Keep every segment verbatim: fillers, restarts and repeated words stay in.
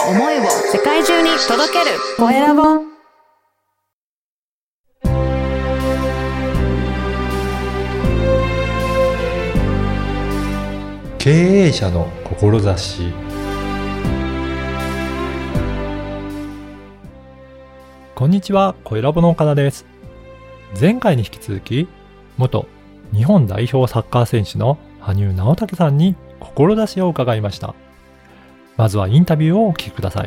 思いを世界中に届けるコエラボ。 経営者の志。こんにちは、コエラボの岡田です。前回に引き続き、元日本代表サッカー選手の羽生直武さんに志を伺いました。まずはインタビューをお聞きください。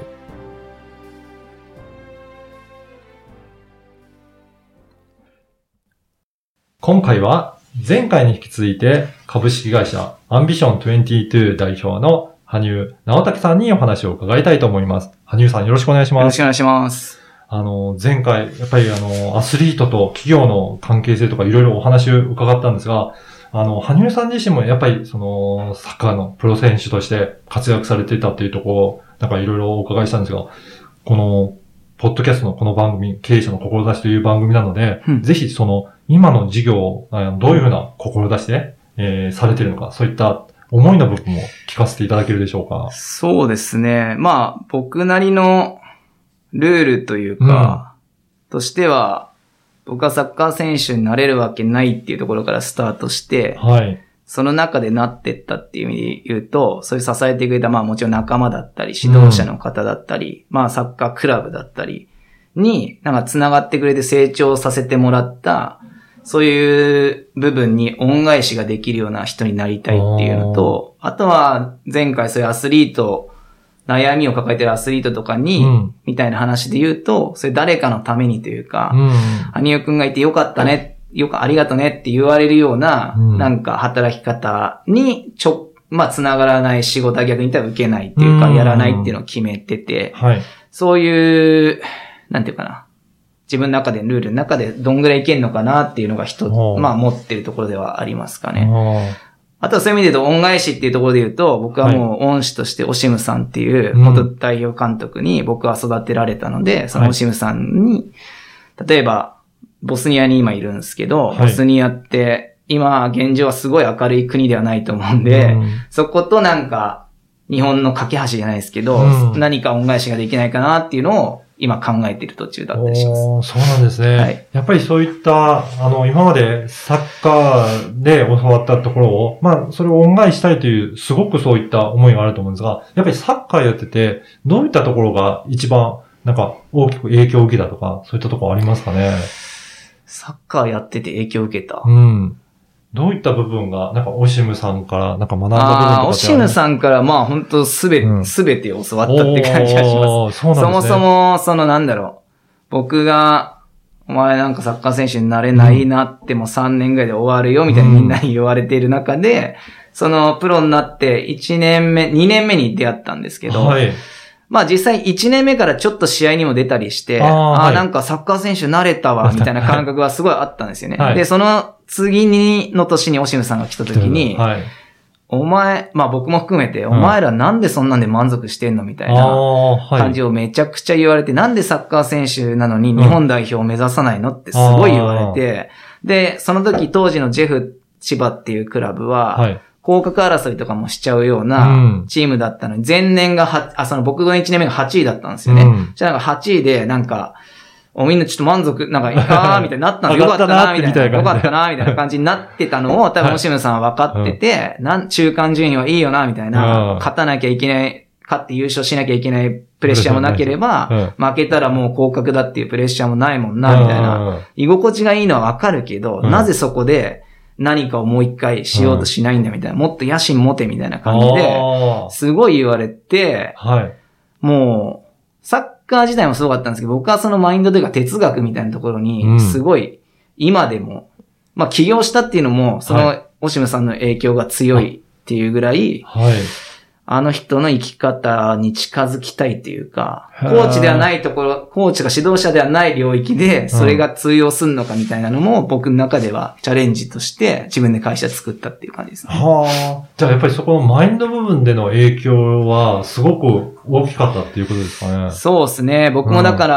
今回は前回に引き続いて株式会社アンビションにじゅうに代表の羽生直武さんにお話を伺いたいと思います。羽生さん、よろしくお願いします。 よろしくお願いします。 あの、前回、やっぱりあの、アスリートと企業の関係性とかいろいろお話を伺ったんですが、あの、羽生さん自身もやっぱりその、サッカーのプロ選手として活躍されていたっていうところを、なんかいろいろお伺いしたんですが、この、ポッドキャストのこの番組、経営者の志という番組なので、うん、ぜひその、今の事業をどういうふうな志で、えー、されているのか、そういった思いの部分も聞かせていただけるでしょうか。 そうですね。まあ、僕なりのルールというか、うん、としては、僕はサッカー選手になれるわけないっていうところからスタートして、はい、その中でなってったっていう意味で言うと、そういう支えてくれた、まあもちろん仲間だったり、指導者の方だったり、うん、まあサッカークラブだったりに、なんか繋がってくれて成長させてもらった、そういう部分に恩返しができるような人になりたいっていうのと、あとは前回そういうアスリート、悩みを抱えているアスリートとかに、うん、みたいな話で言うと、それ誰かのためにというか、うん、羽生くんがいてよかったね、よくありがとねって言われるような、うん、なんか働き方にちょ、まあ、繋がらない仕事は逆に言ったら受けないっていうか、うん、やらないっていうのを決めてて、はい、そういう、なんていうかな、自分の中でルールの中でどんぐらいいけんのかなっていうのが一つ、まあ持ってるところではありますかね。あとはそういう意味で言うと恩返しっていうところで言うと、僕はもう恩師としてオシムさんっていう元代表監督に僕は育てられたので、うん、そのオシムさんに、例えばボスニアに今いるんですけど、はい、ボスニアって今現状はすごい明るい国ではないと思うんで、うん、そことなんか日本の架け橋じゃないですけど、うん、何か恩返しができないかなっていうのを今考えている途中だったりします。 おー、そうなんですね。はい、やっぱりそういった、あの、今までサッカーで教わったところを、まあ、それを恩返ししたいという、すごくそういった思いがあると思うんですが、やっぱりサッカーやってて、どういったところが一番、なんか、大きく影響を受けたとか、そういったところありますかね。 サッカーやってて影響を受けた。 うん。どういった部分が、なんか、オシムさんから、なんか学んだ部分とかってある？ ああ、オシムさんから、まあ、本当すべて、すべて教わったって感じがします。そうなんですね。そもそも、その、なんだろう。僕が、お前なんかサッカー選手になれないなってもさんねんぐらいで終わるよみたいにみんなに言われている中で、うん、そのプロになっていちねんめ、にねんめに出会ったんですけど、はい、まあ実際いちねんめからちょっと試合にも出たりして、ああ、はい、なんかサッカー選手になれたわみたいな感覚はすごいあったんですよね。はい、で、その次にの年にオシムさんが来た時に、はい、お前、まあ僕も含めて、お前らなんでそんなんで満足してんのみたいな感じをめちゃくちゃ言われて、なんでサッカー選手なのに日本代表を目指さないのってすごい言われて、で、その時当時のジェフ千葉っていうクラブは、降格争いとかもしちゃうようなチームだったのに、前年がは、あ、その僕のいちねんめがはちいだったんですよね。じゃあなんかはちいでなんか、おみんなちょっと満足、なんか、あーみたいになったの、よかったな、みたいな、よかったな、みたいな感じになってたのを、多分、オシムさんは分かってて、なん、中間順位はいいよな、みたいな、勝たなきゃいけない、勝って優勝しなきゃいけないプレッシャーもなければ、負けたらもう降格だっていうプレッシャーもないもんな、みたいな、居心地がいいのは分かるけど、なぜそこで何かをもう一回しようとしないんだ、みたいな、もっと野心持て、みたいな感じで、すごい言われて、もう、サッサッカー自体もすごかったんですけど、僕はそのマインドというか哲学みたいなところに、すごい、今でも、うん、まあ起業したっていうのも、その、オシムさんの影響が強いっていうぐらい、はい、あの人の生き方に近づきたいっていうか、コーチではないところ、コーチが指導者ではない領域で、それが通用すんのかみたいなのも、僕の中ではチャレンジとして自分で会社作ったっていう感じですね。 はあ。じゃあやっぱりそこのマインド部分での影響は、すごく大きかったっていうことですかね。 そうですね。僕もだから、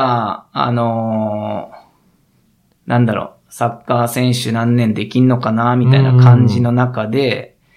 うん、あのー、なんだろう、サッカー選手何年できんのかなみたいな感じの中で、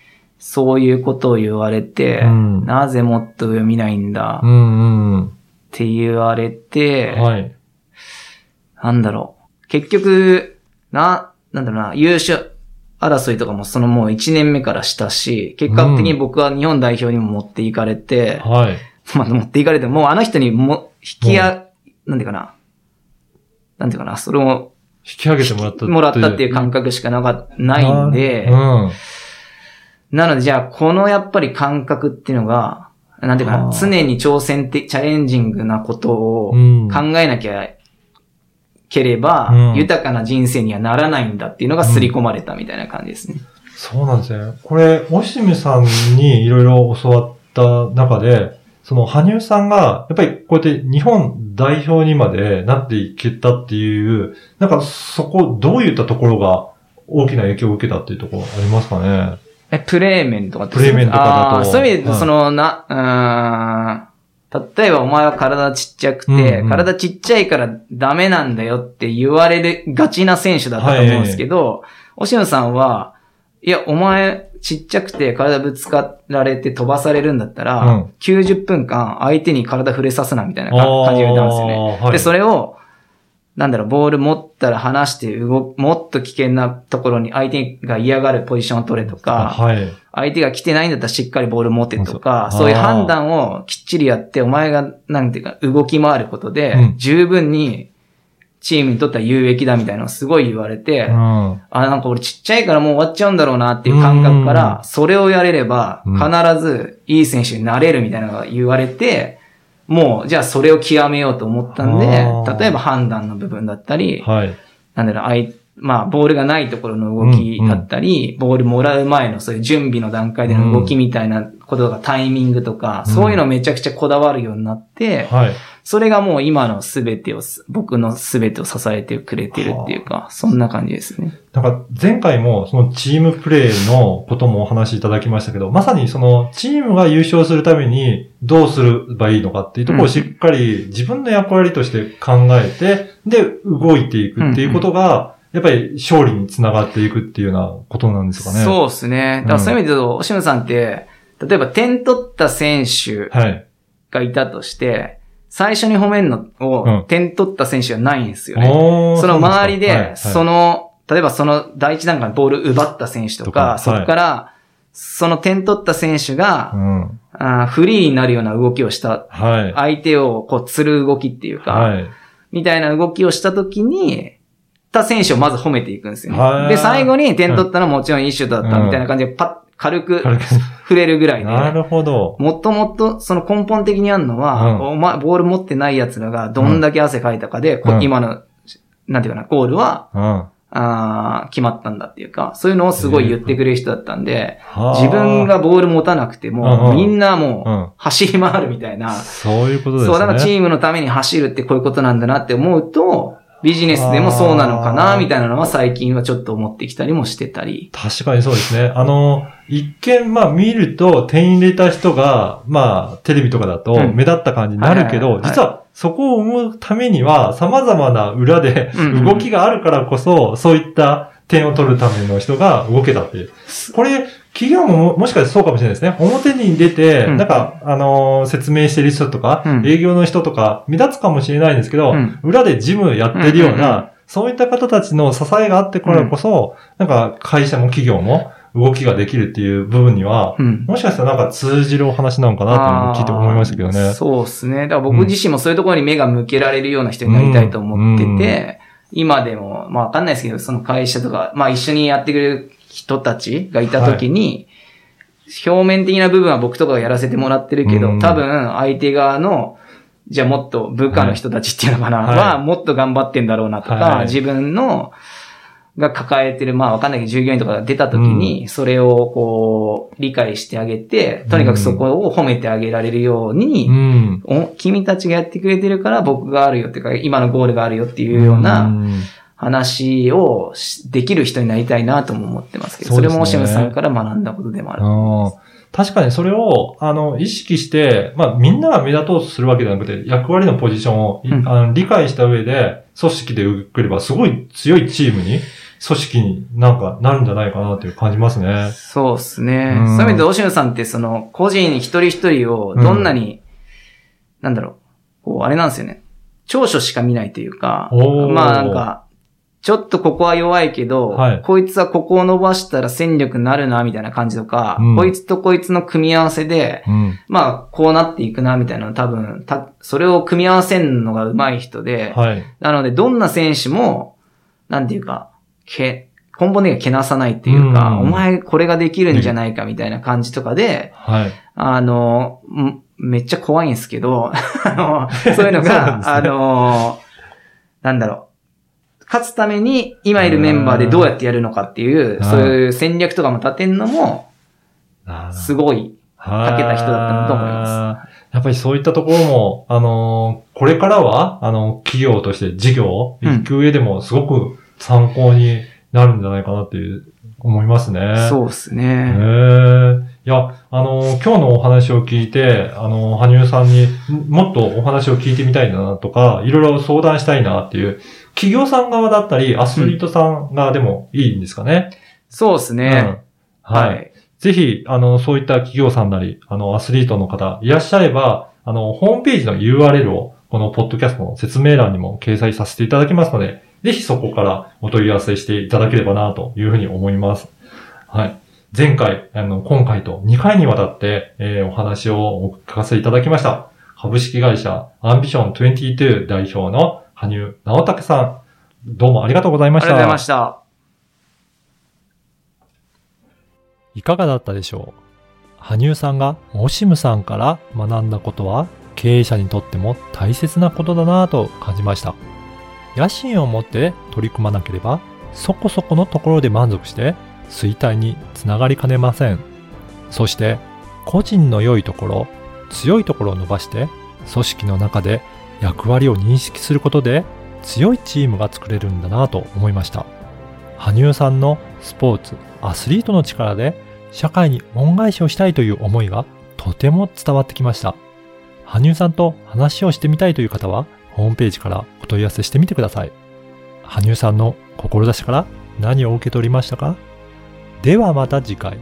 そういうことを言われて、うん、なぜもっと上見ないんだ、うんうん、って言われて、はい、なんだろう。結局、な、なんだろうな、優勝争いとかもそのもういちねんめからしたし、結果的に僕は日本代表にも持っていかれて、うん、はい、まあ持っていかれて、もうあの人にも引きあ、なんていうかな、なんていうかな、それを引き上げてもらったもらったっていう感覚しかなかないんで、うん、なのでじゃあこのやっぱり感覚っていうのが、なんていうかな、常に挑戦的、チャレンジングなことを考えなきゃければ、うん、豊かな人生にはならないんだっていうのが刷り込まれたみたいな感じですね。うん、 そうなんですね。これ、オシムさんにいろいろ教わった中で、その羽生さんが、やっぱりこうやって日本代表にまでなっていけたっていう、なんかそこ、どういったところが大きな影響を受けたっていうところありますかね？ え、プレー面とかってプレー面とかだと。 そういう意味で、はい、その、な、うーん、例えばお前は体ちっちゃくて、うんうん、体ちっちゃいからダメなんだよって言われるがちな選手だったと思うんですけど、はい、オシムさんは、いや、お前ちっちゃくて体ぶつかられて飛ばされるんだったら、うん、きゅうじゅっぷんかん相手に体触れさすなみたいな感じで言ったんですよね。はい、で、それを、なんだろう、ボール持ったら離して動、もっと危険なところに相手が嫌がるポジションを取れとか、はい、相手が来てないんだったらしっかりボール持ってとか、そういう判断をきっちりやって、お前が、なんていうか、動き回ることで、うん、十分にチームにとっては有益だみたいなのをすごい言われて、うん、あ、なんか俺ちっちゃいからもう終わっちゃうんだろうなっていう感覚から、それをやれれば、必ずいい選手になれるみたいなのが言われて、もう、じゃあそれを極めようと思ったんで、例えば判断の部分だったり、はい、なんだろう、あい、まあ、ボールがないところの動きだったり、うんうん、ボールもらう前のそういう準備の段階での動きみたいなことがタイミングとか、うん、そういうのをめちゃくちゃこだわるようになって、はい、それがもう今のすべてを、僕のすべてを支えてくれてるっていうか、そんな感じですね。 なんか前回もそのチームプレーのこともお話しいただきましたけど、まさにそのチームが優勝するためにどうすればいいのかっていうところをしっかり自分の役割として考えて、で、動いていくっていうことが、やっぱり勝利につながっていくっていうようなことなんですかね。 そうですね。だからそういう意味で言うと、オシムさんって、例えば点取った選手がいたとして、はい、最初に褒めるのを点取った選手はないんですよね。うん、その周りで、その、例えばその第一段階のボール奪った選手とか、そこから、その点取った選手が、うん、あフリーになるような動きをした、はい、相手をこう釣る動きっていうか、はい、みたいな動きをしたときに、た選手をまず褒めていくんですよね。で、最後に点取ったのはもちろんいいシュートだったみたいな感じでパッ、軽く触れるぐらいで。 なるほど。 もっともっとその根本的にあるのは、うん、お前、ボール持ってない奴らがどんだけ汗かいたかで、うん、今の、なんていうかな、ゴールは、うんあ決まったんだっていうか、そういうのをすごい言ってくれる人だったんで、自分がボール持たなくても、うん、みんなもう走り回るみたいな、うん、 そういうことですね。 そう、だからチームのために走るってこういうことなんだなって思うと、ビジネスでもそうなのかな、みたいなのは最近はちょっと思ってきたりもしてたり。 確かにそうですね。あの、一見、まあ見ると点入れた人が、まあテレビとかだと目立った感じになるけど、実はそこを思うためには様々な裏で動きがあるからこそ、うんうん、そういった点を取るための人が動けたっていう。これ、企業も も, もしかしてそうかもしれないですね。表に出て、うん、なんか、あのー、説明してる人とか、うん、営業の人とか、目立つかもしれないんですけど、うん、裏で事務やってるような、うんうんうん、そういった方たちの支えがあってからこそ、うん、なんか、会社も企業も動きができるっていう部分には、うん、もしかしたらなんか通じるお話なのかなと聞いて思いましたけどね。 そうですね。だから僕自身もそういうところに目が向けられるような人になりたいと思ってて、うんうん今でも、まあわかんないですけど、その会社とか、まあ一緒にやってくれる人たちがいたときに、はい、表面的な部分は僕とかがやらせてもらってるけど、うん、多分相手側の、じゃあもっと部下の人たちっていうのかな、はい、はもっと頑張ってんだろうなとか、はい、自分の、が抱えてる、まあわかんないけど従業員とかが出たときに、それをこう、理解してあげて、とにかくそこを褒めてあげられるように、うん、お君たちがやってくれてるから僕があるよっていうか、今のゴールがあるよっていうような話をできる人になりたいなとも思ってますけど、そ, それもオシムさんから学んだことでもある。 確かにそれを、あの、意識して、まあ、みんなが目立とうとするわけじゃなくて、役割のポジションを、うん、あの理解した上で、組織で動ければ、すごい強いチームに組織になんかなるんじゃないかなという感じますね。 そうですね。 うん、 そういう意味で、オシュンさんってその、個人一人一人をどんなに、うん、なんだろう、こう、あれなんですよね。長所しか見ないというか、まあなんか、ちょっとここは弱いけど、はい、こいつはここを伸ばしたら戦力になるな、みたいな感じとか、うん、こいつとこいつの組み合わせで、うん、まあ、こうなっていくな、みたいなの多分、た、それを組み合わせるのが上手い人で、はい、なので、どんな選手も、なんていうか、け、根本でけなさないっていうか、うん、お前これができるんじゃないか、みたいな感じとかで、はい、あの、めっちゃ怖いんですけど、あの、そういうのが、ね、あの、なんだろう。勝つために今いるメンバーでどうやってやるのかっていう、そういう戦略とかも立てんのも、すごい、かけた人だったなと思います。 やっぱりそういったところも、あの、これからは、あの、企業として事業を行く上でもすごく参考になるんじゃないかなっていう、思いますね。 そうですね。へー。いや、あの、今日のお話を聞いて、あの、羽生さんにもっとお話を聞いてみたいなとか、いろいろ相談したいなっていう、企業さん側だったり、アスリートさん側でもいいんですかね。 うん、そうですね、 うん。はい。はい、ぜひ、あの、そういった企業さんなり、あの、アスリートの方いらっしゃれば、あの、ホームページの ユーアールエル を、このポッドキャストの説明欄にも掲載させていただきますので、ぜひそこからお問い合わせしていただければなというふうに思います。はい。前回、あの、今回とにかいにわたって、えー、お話をお聞かせいただきました。株式会社アンビションにじゅうに代表の羽生直武さん、どうもありがとうございました。 ありがとうございました。 いかがだったでしょう。羽生さんがオシムさんから学んだことは、経営者にとっても大切なことだなぁと感じました。野心を持って取り組まなければ、そこそこのところで満足して、衰退につながりかねません。そして、個人の良いところ、強いところを伸ばして、組織の中で役割を認識することで、強いチームが作れるんだなと思いました。羽生さんのスポーツ、アスリートの力で、社会に恩返しをしたいという思いがとても伝わってきました。羽生さんと話をしてみたいという方は、ホームページからお問い合わせしてみてください。羽生さんの志から何を受け取りましたか？ではまた次回。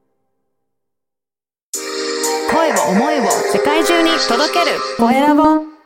声を思いを世界中に届けるコエラボ。